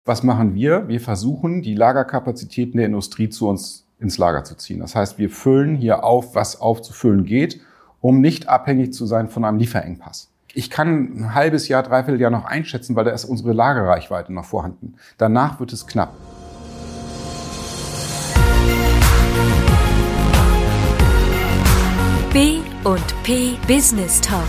Was machen wir? Wir versuchen, die Lagerkapazitäten der Industrie zu uns ins Lager zu ziehen. Das heißt, wir füllen hier auf, was aufzufüllen geht, um nicht abhängig zu sein von einem Lieferengpass. Ich kann ein halbes Jahr, dreiviertel Jahr noch einschätzen, weil da ist unsere Lagerreichweite noch vorhanden. Danach wird es knapp. B&P Business Talk.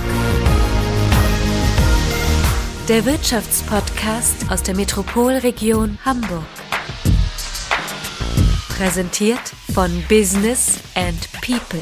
Der Wirtschaftspodcast aus der Metropolregion Hamburg. Präsentiert von Business and People.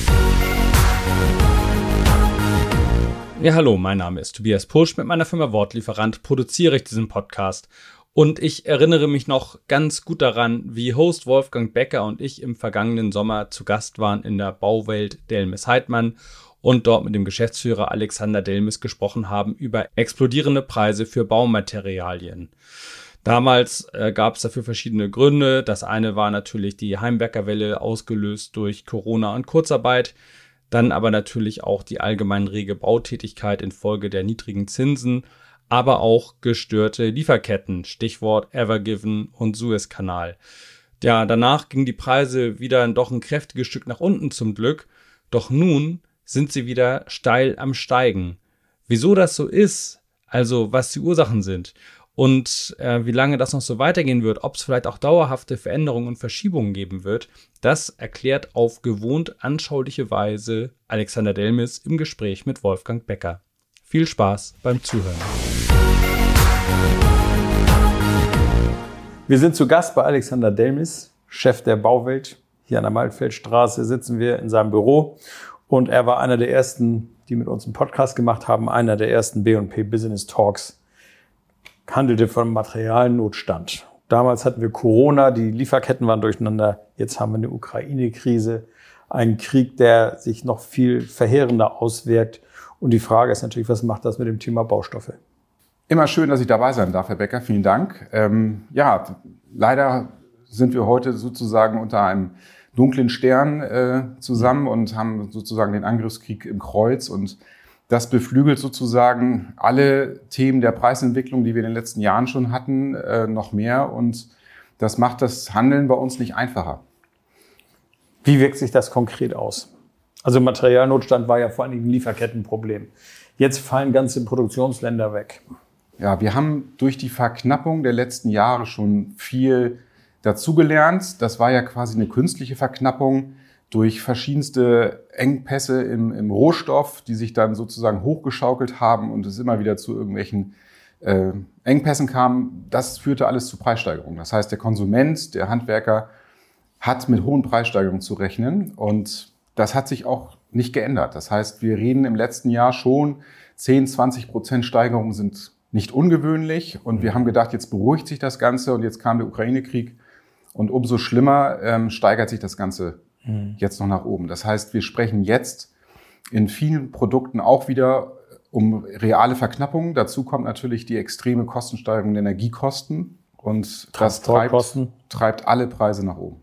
Ja, hallo, mein Name ist Tobias Pusch. Mit meiner Firma Wortlieferant produziere ich diesen Podcast. Und ich erinnere mich noch ganz gut daran, wie Host Wolfgang Becker und ich im vergangenen Sommer zu Gast waren in der Bauwelt Delmes-Heidmann und dort mit dem Geschäftsführer Alexander Delmes gesprochen haben über explodierende Preise für Baumaterialien. Damals gab es dafür verschiedene Gründe. Das eine war natürlich die Heimwerkerwelle, ausgelöst durch Corona und Kurzarbeit. Dann aber natürlich auch die allgemein rege Bautätigkeit infolge der niedrigen Zinsen, aber auch gestörte Lieferketten, Stichwort Evergiven und Suezkanal. Ja, danach gingen die Preise wieder doch ein kräftiges Stück nach unten zum Glück, doch nun sind sie wieder steil am Steigen. Wieso das so ist, also was die Ursachen sind und wie lange das noch so weitergehen wird, ob es vielleicht auch dauerhafte Veränderungen und Verschiebungen geben wird, das erklärt auf gewohnt anschauliche Weise Alexander Delmes im Gespräch mit Wolfgang Becker. Viel Spaß beim Zuhören. Wir sind zu Gast bei Alexander Delmes, Chef der Bauwelt. Hier an der Maltfeldstraße sitzen wir in seinem Büro. Und er war einer der ersten, die mit uns einen Podcast gemacht haben, einer der ersten B&P Business Talks. Handelte von Materialnotstand. Damals hatten wir Corona, die Lieferketten waren durcheinander. Jetzt haben wir eine Ukraine-Krise, einen Krieg, der sich noch viel verheerender auswirkt. Und die Frage ist natürlich, was macht das mit dem Thema Baustoffe? Immer schön, dass ich dabei sein darf, Herr Becker. Vielen Dank. Leider sind wir heute sozusagen unter einem dunklen Stern zusammen und haben sozusagen den Angriffskrieg im Kreuz. Und das beflügelt sozusagen alle Themen der Preisentwicklung, die wir in den letzten Jahren schon hatten, noch mehr. Und das macht das Handeln bei uns nicht einfacher. Wie wirkt sich das konkret aus? Also Materialnotstand war ja vor allem ein Lieferkettenproblem. Jetzt fallen ganze Produktionsländer weg. Ja, wir haben durch die Verknappung der letzten Jahre schon viel dazugelernt. Das war ja quasi eine künstliche Verknappung durch verschiedenste Engpässe im Rohstoff, die sich dann sozusagen hochgeschaukelt haben und es immer wieder zu irgendwelchen Engpässen kam. Das führte alles zu Preissteigerungen. Das heißt, der Konsument, der Handwerker hat mit hohen Preissteigerungen zu rechnen und das hat sich auch nicht geändert. Das heißt, wir reden im letzten Jahr schon 10-20% Steigerungen sind nicht ungewöhnlich. Und wir haben gedacht, jetzt beruhigt sich das Ganze und jetzt kam der Ukraine-Krieg. Und umso schlimmer steigert sich das Ganze jetzt noch nach oben. Das heißt, wir sprechen jetzt in vielen Produkten auch wieder um reale Verknappungen. Dazu kommt natürlich die extreme Kostensteigerung der Energiekosten. Und das treibt alle Preise nach oben.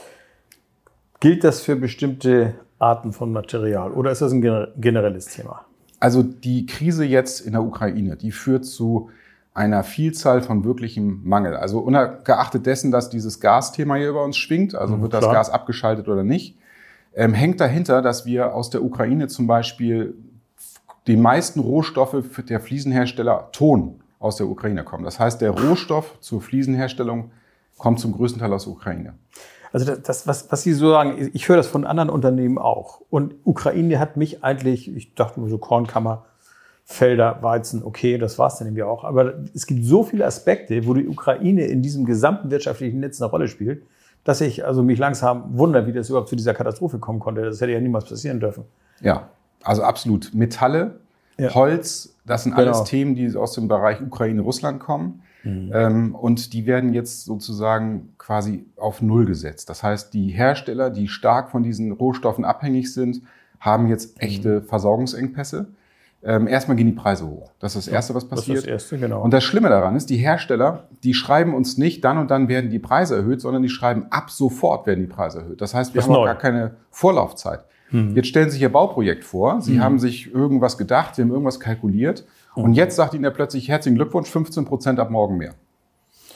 Gilt das für bestimmte Arten von Material oder ist das ein generelles Thema? Also die Krise jetzt in der Ukraine, die führt zu einer Vielzahl von wirklichem Mangel. Also ungeachtet dessen, dass dieses Gasthema hier über uns schwingt, also wird das Gas abgeschaltet oder nicht, hängt dahinter, dass wir aus der Ukraine zum Beispiel die meisten Rohstoffe der Fliesenhersteller Ton aus der Ukraine kommen. Das heißt, der Rohstoff zur Fliesenherstellung kommt zum größten Teil aus der Ukraine. Also was Sie so sagen, ich höre das von anderen Unternehmen auch. Und Ukraine hat mich eigentlich, ich dachte nur so Kornkammer, Felder, Weizen, okay, das war's dann irgendwie auch. Aber es gibt so viele Aspekte, wo die Ukraine in diesem gesamten wirtschaftlichen Netz eine Rolle spielt, dass ich also mich langsam wundere, wie das überhaupt zu dieser Katastrophe kommen konnte. Das hätte ja niemals passieren dürfen. Ja, also absolut. Metalle, Holz, das sind alles Themen, die aus dem Bereich Ukraine-Russland kommen. Und die werden jetzt sozusagen quasi auf Null gesetzt. Das heißt, die Hersteller, die stark von diesen Rohstoffen abhängig sind, haben jetzt echte Versorgungsengpässe. Erstmal gehen die Preise hoch. Das ist das Erste, was passiert. Das ist das Erste, genau. Und das Schlimme daran ist, die Hersteller, die schreiben uns nicht, dann und dann werden die Preise erhöht, sondern die schreiben, ab sofort werden die Preise erhöht. Das heißt, wir haben auch gar keine Vorlaufzeit. Jetzt stellen Sie sich Ihr Bauprojekt vor. Sie haben sich irgendwas gedacht, Sie haben irgendwas kalkuliert. Und jetzt sagt Ihnen er plötzlich, herzlichen Glückwunsch, 15% ab morgen mehr.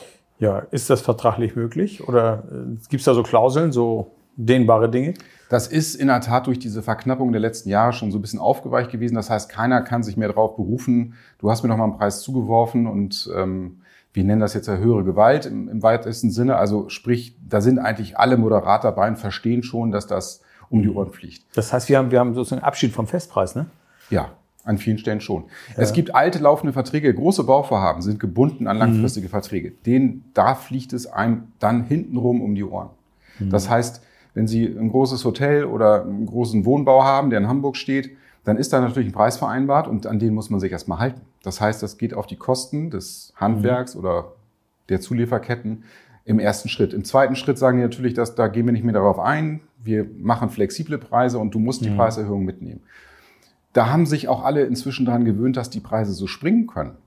Ja, ist das vertraglich möglich oder gibt es da so Klauseln, so dehnbare Dinge? Das ist in der Tat durch diese Verknappung der letzten Jahre schon so ein bisschen aufgeweicht gewesen. Das heißt, keiner kann sich mehr darauf berufen, du hast mir noch mal einen Preis zugeworfen und wir nennen das jetzt ja höhere Gewalt im weitesten Sinne. Also sprich, da sind eigentlich alle moderat dabei und verstehen schon, dass das um die Ohren fliegt. Das heißt, wir haben sozusagen Abschied vom Festpreis, ne? Ja, an vielen Stellen schon. Ja. Es gibt alte laufende Verträge, große Bauvorhaben sind gebunden an langfristige Verträge. Da fliegt es einem dann hintenrum um die Ohren. Das heißt, wenn Sie ein großes Hotel oder einen großen Wohnbau haben, der in Hamburg steht, dann ist da natürlich ein Preis vereinbart und an den muss man sich erstmal halten. Das heißt, das geht auf die Kosten des Handwerks oder der Zulieferketten im ersten Schritt. Im zweiten Schritt sagen die natürlich, dass da gehen wir nicht mehr darauf ein. Wir machen flexible Preise und du musst die Preiserhöhung mitnehmen. Da haben sich auch alle inzwischen daran gewöhnt, dass die Preise so springen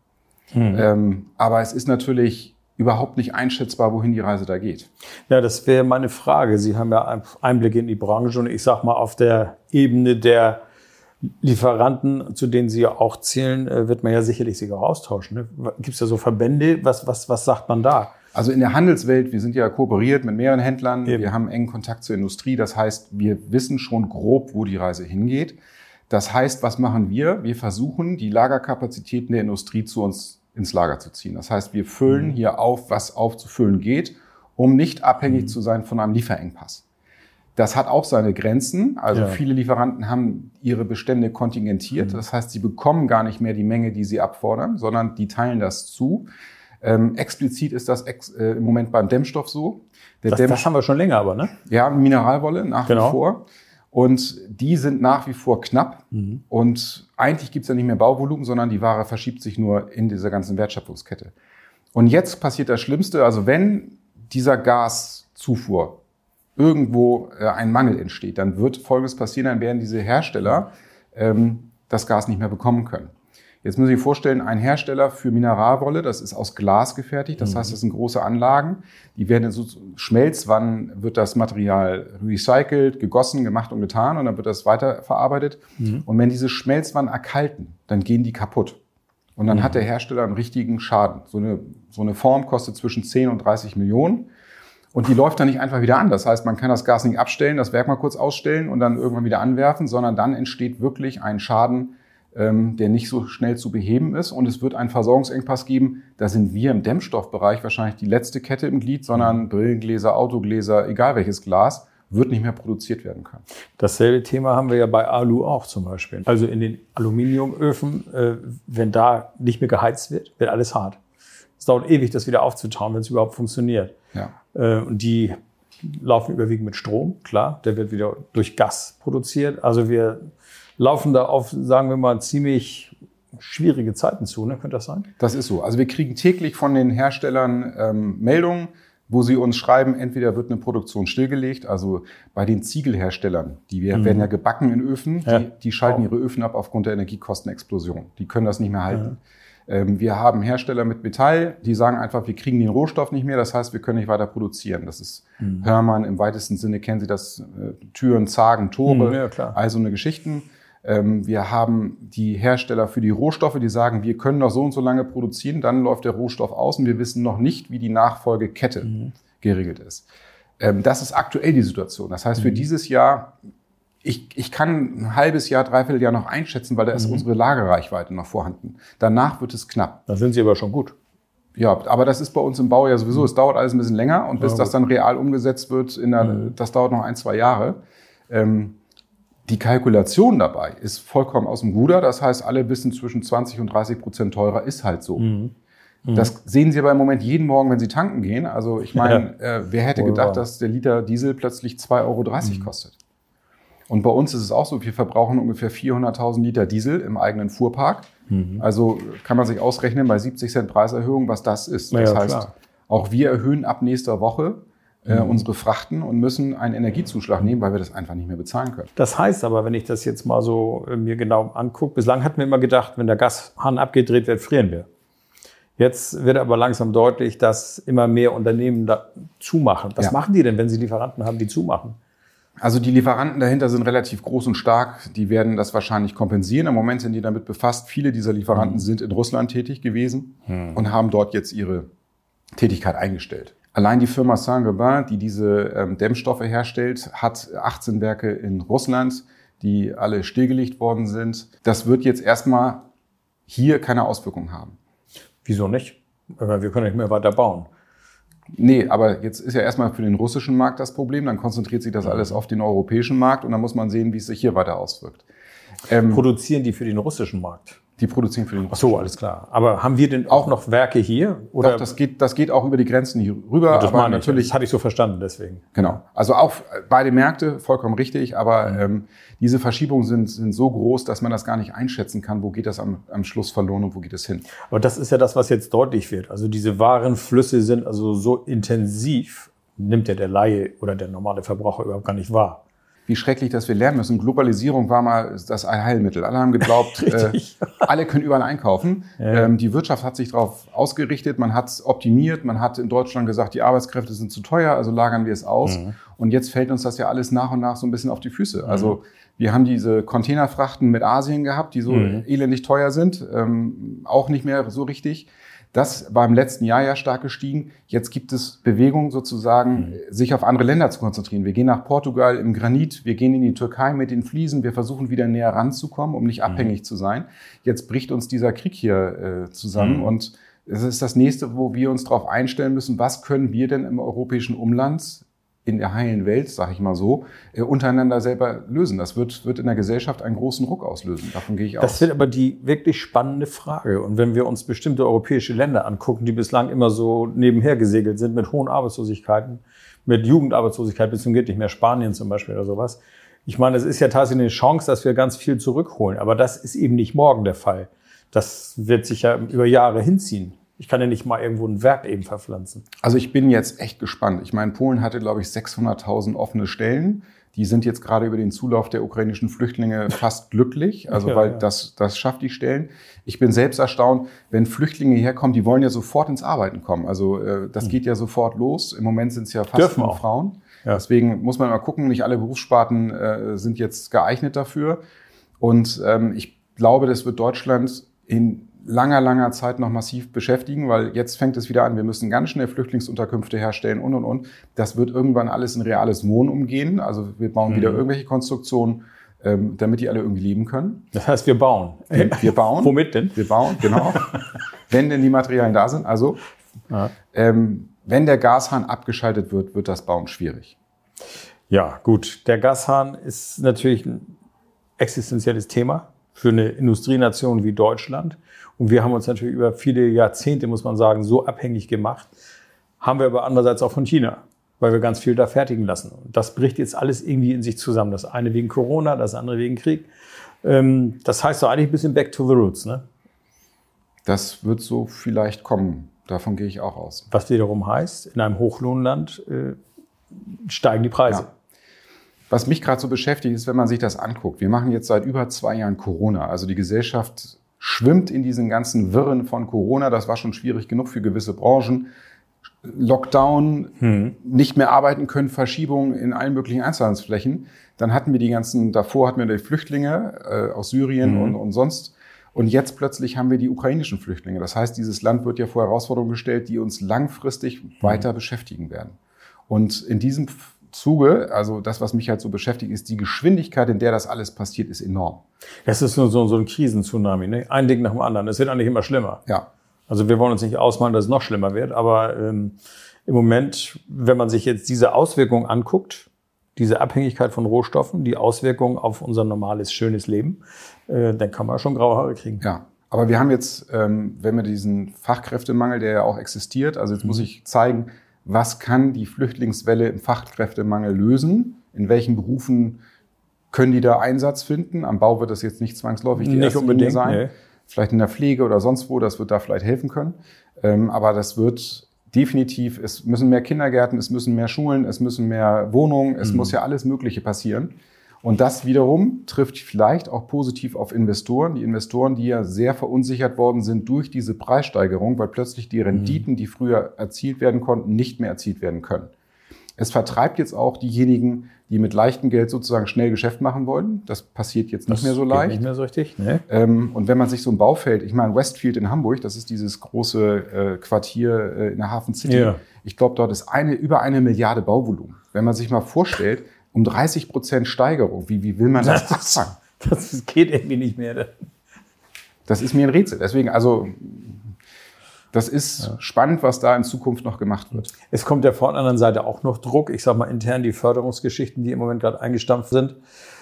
können. Aber es ist natürlich überhaupt nicht einschätzbar, wohin die Reise da geht. Ja, das wäre meine Frage. Sie haben ja Einblicke in die Branche und ich sag mal, auf der Ebene der Lieferanten, zu denen Sie ja auch zählen, wird man ja sicherlich sich auch austauschen. Ne? Gibt es da so Verbände? Was sagt man da? Also in der Handelswelt, wir sind ja kooperiert mit mehreren Händlern. Eben. Wir haben engen Kontakt zur Industrie. Das heißt, wir wissen schon grob, wo die Reise hingeht. Das heißt, was machen wir? Wir versuchen, die Lagerkapazitäten der Industrie zu uns ins Lager zu ziehen. Das heißt, wir füllen hier auf, was aufzufüllen geht, um nicht abhängig zu sein von einem Lieferengpass. Das hat auch seine Grenzen. Also viele Lieferanten haben ihre Bestände kontingentiert. Das heißt, sie bekommen gar nicht mehr die Menge, die sie abfordern, sondern die teilen das zu. Explizit ist das im Moment beim Dämmstoff so. Das haben wir schon länger aber, ne? Ja, Mineralwolle nach wie vor. Und die sind nach wie vor knapp. Und eigentlich gibt es ja nicht mehr Bauvolumen, sondern die Ware verschiebt sich nur in dieser ganzen Wertschöpfungskette. Und jetzt passiert das Schlimmste. Also wenn dieser Gaszufuhr irgendwo ein Mangel entsteht, dann wird Folgendes passieren, dann werden diese Hersteller das Gas nicht mehr bekommen können. Jetzt müssen Sie sich vorstellen, ein Hersteller für Mineralwolle, das ist aus Glas gefertigt, das heißt, das sind große Anlagen, die werden in so Schmelzwannen, wird das Material recycelt, gegossen, gemacht und getan und dann wird das weiterverarbeitet. Und wenn diese Schmelzwannen erkalten, dann gehen die kaputt. Und dann hat der Hersteller einen richtigen Schaden. So eine Form kostet zwischen 10 und 30 Millionen. Und die läuft dann nicht einfach wieder an. Das heißt, man kann das Gas nicht abstellen, das Werk mal kurz ausstellen und dann irgendwann wieder anwerfen, sondern dann entsteht wirklich ein Schaden, der nicht so schnell zu beheben ist. Und es wird einen Versorgungsengpass geben. Da sind wir im Dämmstoffbereich wahrscheinlich die letzte Kette im Glied, sondern Brillengläser, Autogläser, egal welches Glas, wird nicht mehr produziert werden können. Dasselbe Thema haben wir ja bei Alu auch zum Beispiel. Also in den Aluminiumöfen, wenn da nicht mehr geheizt wird alles hart. Es dauert ewig, das wieder aufzutauen, wenn es überhaupt funktioniert. Ja. Und die laufen überwiegend mit Strom, klar. Der wird wieder durch Gas produziert. Also wir laufen da auf, sagen wir mal, ziemlich schwierige Zeiten zu, ne? Könnte das sein? Das ist so. Also wir kriegen täglich von den Herstellern Meldungen, wo sie uns schreiben, entweder wird eine Produktion stillgelegt, also bei den Ziegelherstellern, die werden ja gebacken in Öfen, die schalten ihre Öfen ab aufgrund der Energiekostenexplosion. Die können das nicht mehr halten. Wir haben Hersteller mit Metall, die sagen einfach, wir kriegen den Rohstoff nicht mehr, das heißt, wir können nicht weiter produzieren. Das ist Hörmann, im weitesten Sinne kennen Sie das, Türen, Zagen, Tore, all so eine Geschichten. Wir haben die Hersteller für die Rohstoffe, die sagen, wir können noch so und so lange produzieren, dann läuft der Rohstoff aus und wir wissen noch nicht, wie die Nachfolgekette geregelt ist. Das ist aktuell die Situation. Das heißt, für dieses Jahr, ich kann ein halbes Jahr, dreiviertel Jahr noch einschätzen, weil da ist unsere Lagerreichweite noch vorhanden. Danach wird es knapp. Da sind Sie aber schon gut. Ja, aber das ist bei uns im Bau ja sowieso. Es dauert alles ein bisschen länger und bis das dann real umgesetzt wird, das dauert noch 1-2 Jahre. Die Kalkulation dabei ist vollkommen aus dem Ruder. Das heißt, alle wissen, zwischen 20% und 30% teurer ist halt so. Das sehen Sie aber im Moment jeden Morgen, wenn Sie tanken gehen. Also ich meine, wer hätte gedacht, dass der Liter Diesel plötzlich 2,30 € kostet? Und bei uns ist es auch so, wir verbrauchen ungefähr 400.000 Liter Diesel im eigenen Fuhrpark. Also kann man sich ausrechnen bei 70 Cent Preiserhöhung, was das ist. Das heißt, auch wir erhöhen ab nächster Woche unsere Frachten und müssen einen Energiezuschlag nehmen, weil wir das einfach nicht mehr bezahlen können. Das heißt aber, wenn ich das jetzt mal so mir genau angucke, bislang hatten wir immer gedacht, wenn der Gashahn abgedreht wird, frieren wir. Jetzt wird aber langsam deutlich, dass immer mehr Unternehmen da zumachen. Was machen die denn, wenn sie Lieferanten haben, die zumachen? Also die Lieferanten dahinter sind relativ groß und stark. Die werden das wahrscheinlich kompensieren. Im Moment sind die damit befasst. Viele dieser Lieferanten sind in Russland tätig gewesen und haben dort jetzt ihre Tätigkeit eingestellt. Allein die Firma Saint-Gobain, die diese Dämmstoffe herstellt, hat 18 Werke in Russland, die alle stillgelegt worden sind. Das wird jetzt erstmal hier keine Auswirkungen haben. Wieso nicht? Wir können nicht mehr weiter bauen. Nee, aber jetzt ist ja erstmal für den russischen Markt das Problem. Dann konzentriert sich das alles auf den europäischen Markt und dann muss man sehen, wie es sich hier weiter auswirkt. Produzieren die für den russischen Markt? Die produzieren für den Ach so, alles klar. Aber haben wir denn auch noch Werke hier? Oder? Doch, das geht auch über die Grenzen hier rüber. Das aber natürlich, das hatte ich so verstanden, deswegen. Genau. Also auch beide Märkte, vollkommen richtig. Aber diese Verschiebungen sind so groß, dass man das gar nicht einschätzen kann, wo geht das am Schluss verloren und wo geht es hin. Aber das ist ja das, was jetzt deutlich wird. Also diese Warenflüsse sind also so intensiv, nimmt ja der Laie oder der normale Verbraucher überhaupt gar nicht wahr. Wie schrecklich, dass wir lernen müssen. Globalisierung war mal das Allheilmittel. Alle haben geglaubt, alle können überall einkaufen. Ja. Die Wirtschaft hat sich darauf ausgerichtet, man hat es optimiert, man hat in Deutschland gesagt, die Arbeitskräfte sind zu teuer, also lagern wir es aus. Mhm. Und jetzt fällt uns das ja alles nach und nach so ein bisschen auf die Füße. Mhm. Also wir haben diese Containerfrachten mit Asien gehabt, die so elendig teuer sind, auch nicht mehr so richtig. Das war im letzten Jahr ja stark gestiegen. Jetzt gibt es Bewegung sozusagen, sich auf andere Länder zu konzentrieren. Wir gehen nach Portugal im Granit, wir gehen in die Türkei mit den Fliesen, wir versuchen wieder näher ranzukommen, um nicht abhängig zu sein. Jetzt bricht uns dieser Krieg hier zusammen und es ist das Nächste, wo wir uns darauf einstellen müssen, was können wir denn im europäischen Umland in der heilen Welt, sage ich mal so, untereinander selber lösen. Das wird in der Gesellschaft einen großen Ruck auslösen. Davon gehe ich aus. Das wird aber die wirklich spannende Frage. Und wenn wir uns bestimmte europäische Länder angucken, die bislang immer so nebenher gesegelt sind mit hohen Arbeitslosigkeiten, mit Jugendarbeitslosigkeit bis zum geht nicht mehr, Spanien zum Beispiel oder sowas. Ich meine, es ist ja tatsächlich eine Chance, dass wir ganz viel zurückholen. Aber das ist eben nicht morgen der Fall. Das wird sich ja über Jahre hinziehen. Ich kann ja nicht mal irgendwo ein Werk eben verpflanzen. Also ich bin jetzt echt gespannt. Ich meine, Polen hatte, glaube ich, 600.000 offene Stellen. Die sind jetzt gerade über den Zulauf der ukrainischen Flüchtlinge fast glücklich, also weil das schafft die Stellen. Ich bin selbst erstaunt, wenn Flüchtlinge herkommen, die wollen ja sofort ins Arbeiten kommen. Also das geht ja sofort los. Im Moment sind es ja fast nur Frauen. Ja. Deswegen muss man mal gucken, nicht alle Berufssparten sind jetzt geeignet dafür. Und ich glaube, das wird Deutschland in langer Zeit noch massiv beschäftigen, weil jetzt fängt es wieder an, wir müssen ganz schnell Flüchtlingsunterkünfte herstellen und. Das wird irgendwann alles in reales Wohnen umgehen. Also wir bauen wieder irgendwelche Konstruktionen, damit die alle irgendwie leben können. Das heißt, wir bauen. Wir bauen. Womit denn? Wir bauen, genau. Wenn denn die Materialien da sind. Also wenn der Gashahn abgeschaltet wird, wird das Bauen schwierig. Ja, gut. Der Gashahn ist natürlich ein existenzielles Thema für eine Industrienation wie Deutschland. Und wir haben uns natürlich über viele Jahrzehnte, muss man sagen, so abhängig gemacht. Haben wir aber andererseits auch von China, weil wir ganz viel da fertigen lassen. Und das bricht jetzt alles irgendwie in sich zusammen. Das eine wegen Corona, das andere wegen Krieg. Das heißt so eigentlich ein bisschen back to the roots, ne? Das wird so vielleicht kommen. Davon gehe ich auch aus. Was wiederum heißt, in einem Hochlohnland steigen die Preise. Ja. Was mich gerade so beschäftigt, ist, wenn man sich das anguckt. Wir machen jetzt seit über 2 Jahren Corona. Also die Gesellschaft schwimmt in diesen ganzen Wirren von Corona. Das war schon schwierig genug für gewisse Branchen. Lockdown, nicht mehr arbeiten können, Verschiebungen in allen möglichen Einzelhandelsflächen. Dann hatten wir davor hatten wir die Flüchtlinge aus Syrien und sonst. Und jetzt plötzlich haben wir die ukrainischen Flüchtlinge. Das heißt, dieses Land wird ja vor Herausforderungen gestellt, die uns langfristig weiter beschäftigen werden. Und in diesem Zuge, also das, was mich halt so beschäftigt, ist die Geschwindigkeit, in der das alles passiert, ist enorm. Das ist so ein Krisenzunami, ne? Ein Ding nach dem anderen. Es wird eigentlich immer schlimmer. Ja. Also wir wollen uns nicht ausmalen, dass es noch schlimmer wird, aber im Moment, wenn man sich jetzt diese Auswirkungen anguckt, diese Abhängigkeit von Rohstoffen, die Auswirkungen auf unser normales, schönes Leben, dann kann man schon graue Haare kriegen. Ja, aber wir haben jetzt, wenn wir diesen Fachkräftemangel, der ja auch existiert, also jetzt muss ich zeigen, was kann die Flüchtlingswelle im Fachkräftemangel lösen? In welchen Berufen können die da Einsatz finden? Am Bau wird das jetzt nicht zwangsläufig die erste Linie sein. Nee. Vielleicht in der Pflege oder sonst wo, das wird da vielleicht helfen können. Aber das wird definitiv, es müssen mehr Kindergärten, es müssen mehr Schulen, es müssen mehr Wohnungen, es muss ja alles Mögliche passieren. Und das wiederum trifft vielleicht auch positiv auf Investoren. Die Investoren, die ja sehr verunsichert worden sind durch diese Preissteigerung, weil plötzlich die Renditen, die früher erzielt werden konnten, nicht mehr erzielt werden können. Es vertreibt jetzt auch diejenigen, die mit leichtem Geld sozusagen schnell Geschäft machen wollen. Das passiert jetzt nicht mehr so leicht. Nicht mehr so richtig, ne? Und wenn man sich so ein Baufeld, ich meine Westfield in Hamburg, das ist dieses große Quartier in der Hafen City. Ja. Ich glaube, dort ist über 1 Milliarde Bauvolumen. Wenn man sich mal vorstellt, um 30% Steigerung, wie will man das abfangen? Das geht irgendwie nicht mehr. Das ist mir ein Rätsel. Deswegen, also das ist spannend, was da in Zukunft noch gemacht wird. Es kommt ja von der anderen Seite auch noch Druck. Ich sage mal intern die Förderungsgeschichten, die im Moment gerade eingestampft sind.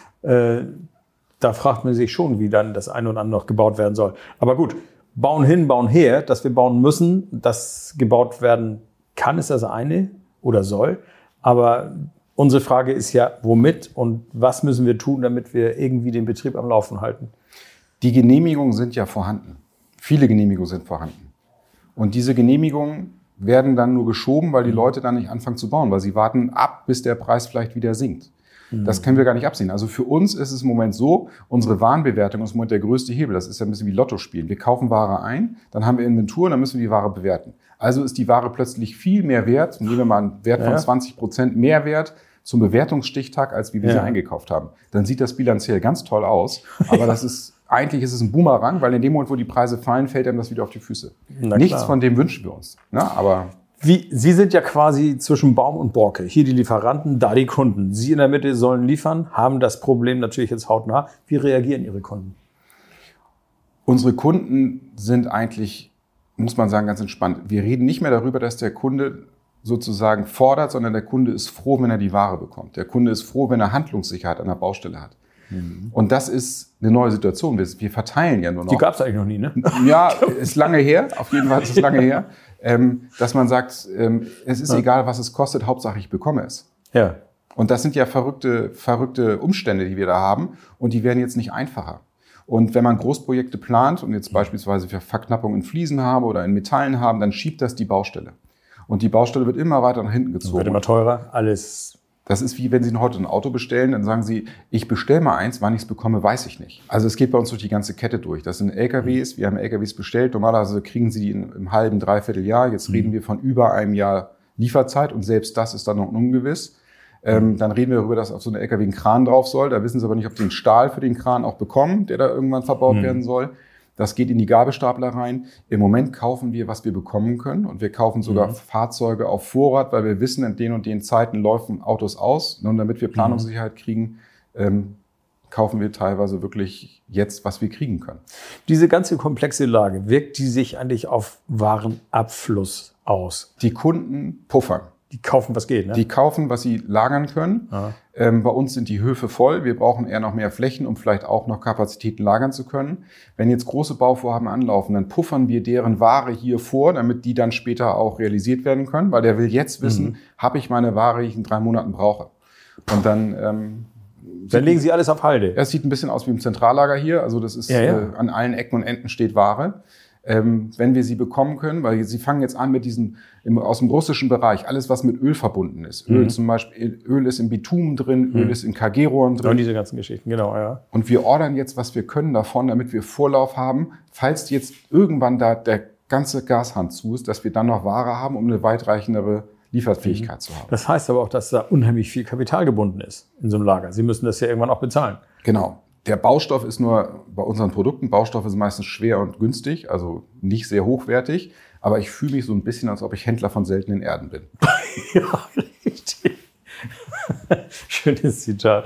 Da fragt man sich schon, wie dann das eine und andere noch gebaut werden soll. Aber gut, bauen hin, bauen her, dass wir bauen müssen, dass gebaut werden kann, ist das eine oder soll. Aber unsere Frage ist ja, womit und was müssen wir tun, damit wir irgendwie den Betrieb am Laufen halten? Die Genehmigungen sind ja vorhanden. Viele Genehmigungen sind vorhanden. Und diese Genehmigungen werden dann nur geschoben, weil die Leute dann nicht anfangen zu bauen, weil sie warten ab, bis der Preis vielleicht wieder sinkt. Das können wir gar nicht absehen. Also für uns ist es im Moment so, unsere Warenbewertung ist im Moment der größte Hebel. Das ist ja ein bisschen wie Lotto spielen. Wir kaufen Ware ein, dann haben wir Inventur und dann müssen wir die Ware bewerten. Also ist die Ware plötzlich viel mehr wert. Nehmen wir mal einen Wert von 20% mehr wert zum Bewertungsstichtag, als wie wir sie eingekauft haben. Dann sieht das bilanziell ganz toll aus. Aber eigentlich ist es ein Boomerang, weil in dem Moment, wo die Preise fallen, fällt einem das wieder auf die Füße. Nichts von dem wünschen wir uns. Aber Sie sind ja quasi zwischen Baum und Borke. Hier die Lieferanten, da die Kunden. Sie in der Mitte sollen liefern, haben das Problem natürlich jetzt hautnah. Wie reagieren Ihre Kunden? Unsere Kunden sind eigentlich, muss man sagen, ganz entspannt. Wir reden nicht mehr darüber, dass der Kunde sozusagen fordert, sondern der Kunde ist froh, wenn er die Ware bekommt. Der Kunde ist froh, wenn er Handlungssicherheit an der Baustelle hat. Und das ist eine neue Situation. Wir verteilen ja nur noch. Die gab es eigentlich noch nie, ne? Ja, ist lange her. Auf jeden Fall ist es lange her. Dass man sagt, es ist egal, was es kostet, Hauptsache ich bekomme es. Ja. Und das sind ja verrückte Umstände, die wir da haben. Und die werden jetzt nicht einfacher. Und wenn man Großprojekte plant und jetzt beispielsweise für Verknappung in Fliesen haben oder in Metallen haben, dann schiebt das die Baustelle. Und die Baustelle wird immer weiter nach hinten gezogen. Wird immer teurer, alles. Das ist wie, wenn Sie heute ein Auto bestellen, dann sagen Sie, ich bestelle mal eins, wann ich es bekomme, weiß ich nicht. Also es geht bei uns durch die ganze Kette durch. Das sind LKWs, wir haben LKWs bestellt, normalerweise kriegen Sie die im halben, dreiviertel Jahr. Jetzt reden wir von über einem Jahr Lieferzeit und selbst das ist dann noch ungewiss. Dann reden wir darüber, dass auf so eine LKW ein Kran drauf soll. Da wissen Sie aber nicht, ob Sie den Stahl für den Kran auch bekommen, der da irgendwann verbaut werden soll. Das geht in die Gabelstapler rein. Im Moment kaufen wir, was wir bekommen können. Und wir kaufen sogar Fahrzeuge auf Vorrat, weil wir wissen, in den und den Zeiten laufen Autos aus. Und damit wir Planungssicherheit kriegen, kaufen wir teilweise wirklich jetzt, was wir kriegen können. Diese ganze komplexe Lage, wirkt die sich eigentlich auf Warenabfluss aus? Die Kunden puffern. Die kaufen, was geht, ne? Die kaufen, was sie lagern können. Bei uns sind die Höfe voll. Wir brauchen eher noch mehr Flächen, um vielleicht auch noch Kapazitäten lagern zu können. Wenn jetzt große Bauvorhaben anlaufen, dann puffern wir deren Ware hier vor, damit die dann später auch realisiert werden können. Weil der will jetzt wissen, habe ich meine Ware, die ich in 3 Monaten brauche. Und dann legen Sie alles auf Halde. Es sieht ein bisschen aus wie im Zentrallager hier. Also das ist an allen Ecken und Enden steht Ware. Wenn wir sie bekommen können, weil sie fangen jetzt an mit diesen, aus dem russischen Bereich, alles was mit Öl verbunden ist. Öl zum Beispiel, Öl ist in Bitumen drin, Öl ist in KG-Rohren drin. Und diese ganzen Geschichten, genau, ja. Und wir ordern jetzt, was wir können davon, damit wir Vorlauf haben, falls jetzt irgendwann da der ganze Gashahn zu ist, dass wir dann noch Ware haben, um eine weitreichendere Lieferfähigkeit zu haben. Das heißt aber auch, dass da unheimlich viel Kapital gebunden ist in so einem Lager. Sie müssen das ja irgendwann auch bezahlen. Genau. Der Baustoff ist nur bei unseren Produkten, Baustoffe sind meistens schwer und günstig, also nicht sehr hochwertig. Aber ich fühle mich so ein bisschen, als ob ich Händler von seltenen Erden bin. Ja, richtig. Schönes Zitat.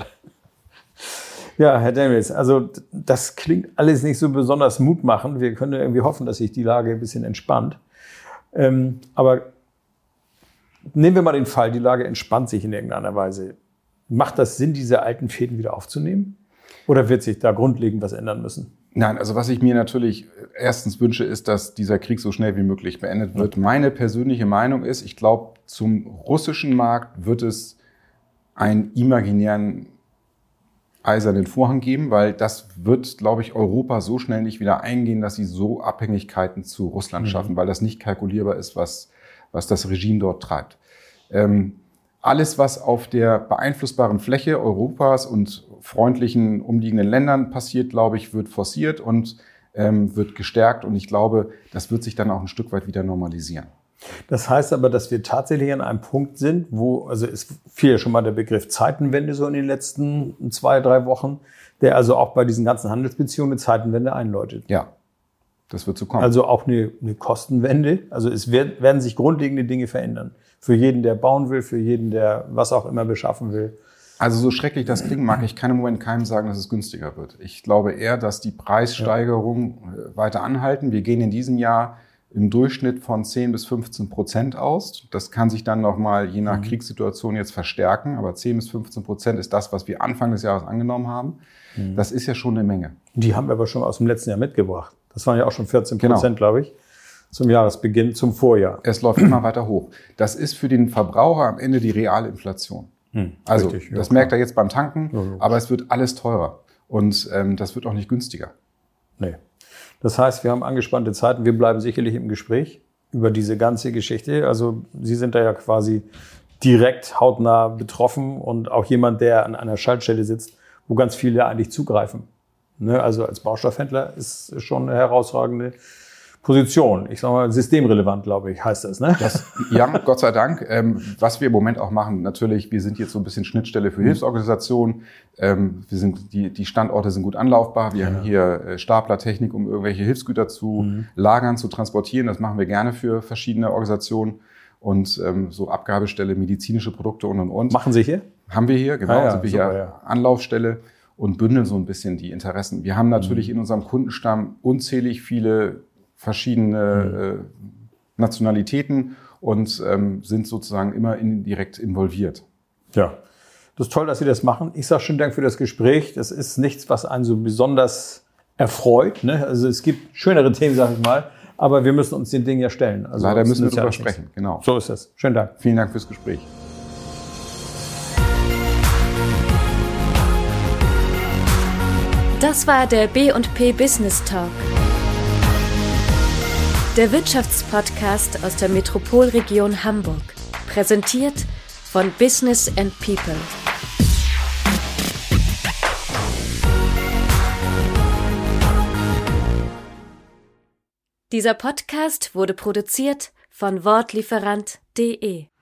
Ja, Herr Delmis, also das klingt alles nicht so besonders mutmachend. Wir können irgendwie hoffen, dass sich die Lage ein bisschen entspannt. Aber nehmen wir mal den Fall, die Lage entspannt sich in irgendeiner Weise. Macht das Sinn, diese alten Fäden wieder aufzunehmen? Oder wird sich da grundlegend was ändern müssen? Nein, also was ich mir natürlich erstens wünsche, ist, dass dieser Krieg so schnell wie möglich beendet wird. Meine persönliche Meinung ist, ich glaube, zum russischen Markt wird es einen imaginären eisernen Vorhang geben, weil das wird, glaube ich, Europa so schnell nicht wieder eingehen, dass sie so Abhängigkeiten zu Russland schaffen, weil das nicht kalkulierbar ist, was das Regime dort treibt. Alles, was auf der beeinflussbaren Fläche Europas und freundlichen umliegenden Ländern passiert, glaube ich, wird forciert und wird gestärkt. Und ich glaube, das wird sich dann auch ein Stück weit wieder normalisieren. Das heißt aber, dass wir tatsächlich an einem Punkt sind, wo, also es fiel ja schon mal der Begriff Zeitenwende so in den letzten 2-3 Wochen, der also auch bei diesen ganzen Handelsbeziehungen eine Zeitenwende einläutet. Ja, das wird so kommen. Also auch eine Kostenwende. Also es werden sich grundlegende Dinge verändern. Für jeden, der bauen will, für jeden, der was auch immer beschaffen will. Also so schrecklich das klingen mag, ich kann im Moment keinem sagen, dass es günstiger wird. Ich glaube eher, dass die Preissteigerungen weiter anhalten. Wir gehen in diesem Jahr im Durchschnitt von 10-15% aus. Das kann sich dann nochmal je nach Kriegssituation jetzt verstärken. Aber 10-15% ist das, was wir Anfang des Jahres angenommen haben. Das ist ja schon eine Menge. Die haben wir aber schon aus dem letzten Jahr mitgebracht. Das waren ja auch schon 14%, glaube ich, zum Jahresbeginn, zum Vorjahr. Es läuft immer weiter hoch. Das ist für den Verbraucher am Ende die reale Inflation. Also richtig, das merkt er jetzt beim Tanken, aber es wird alles teurer. Und das wird auch nicht günstiger. Nee. Das heißt, wir haben angespannte Zeiten. Wir bleiben sicherlich im Gespräch über diese ganze Geschichte. Also Sie sind da ja quasi direkt hautnah betroffen und auch jemand, der an einer Schaltstelle sitzt, wo ganz viele eigentlich zugreifen. Ne? Also als Baustoffhändler ist schon eine herausragende Position. Ich sage mal, systemrelevant, glaube ich, heißt das, ne? Ja, Gott sei Dank. Was wir im Moment auch machen, natürlich, wir sind jetzt so ein bisschen Schnittstelle für Hilfsorganisationen. Die Standorte sind gut anlaufbar. Wir haben hier Staplertechnik, um irgendwelche Hilfsgüter zu lagern, zu transportieren. Das machen wir gerne für verschiedene Organisationen. Und so Abgabestelle, medizinische Produkte und. Machen Sie hier? Haben wir hier, genau. Sind wir super, hier Anlaufstelle und bündeln so ein bisschen die Interessen. Wir haben natürlich in unserem Kundenstamm unzählig viele verschiedene Nationalitäten und sind sozusagen immer direkt involviert. Ja, das ist toll, dass Sie das machen. Ich sage schönen Dank für das Gespräch. Das ist nichts, was einen so besonders erfreut. Ne? Also es gibt schönere Themen, sage ich mal, aber wir müssen uns den Dingen ja stellen. Also leider müssen wir darüber sprechen, genau. So ist das. Schönen Dank. Vielen Dank fürs Gespräch. Das war der B&P Business Talk. Der Wirtschaftspodcast aus der Metropolregion Hamburg. Präsentiert von Business and People. Dieser Podcast wurde produziert von Wortlieferant.de.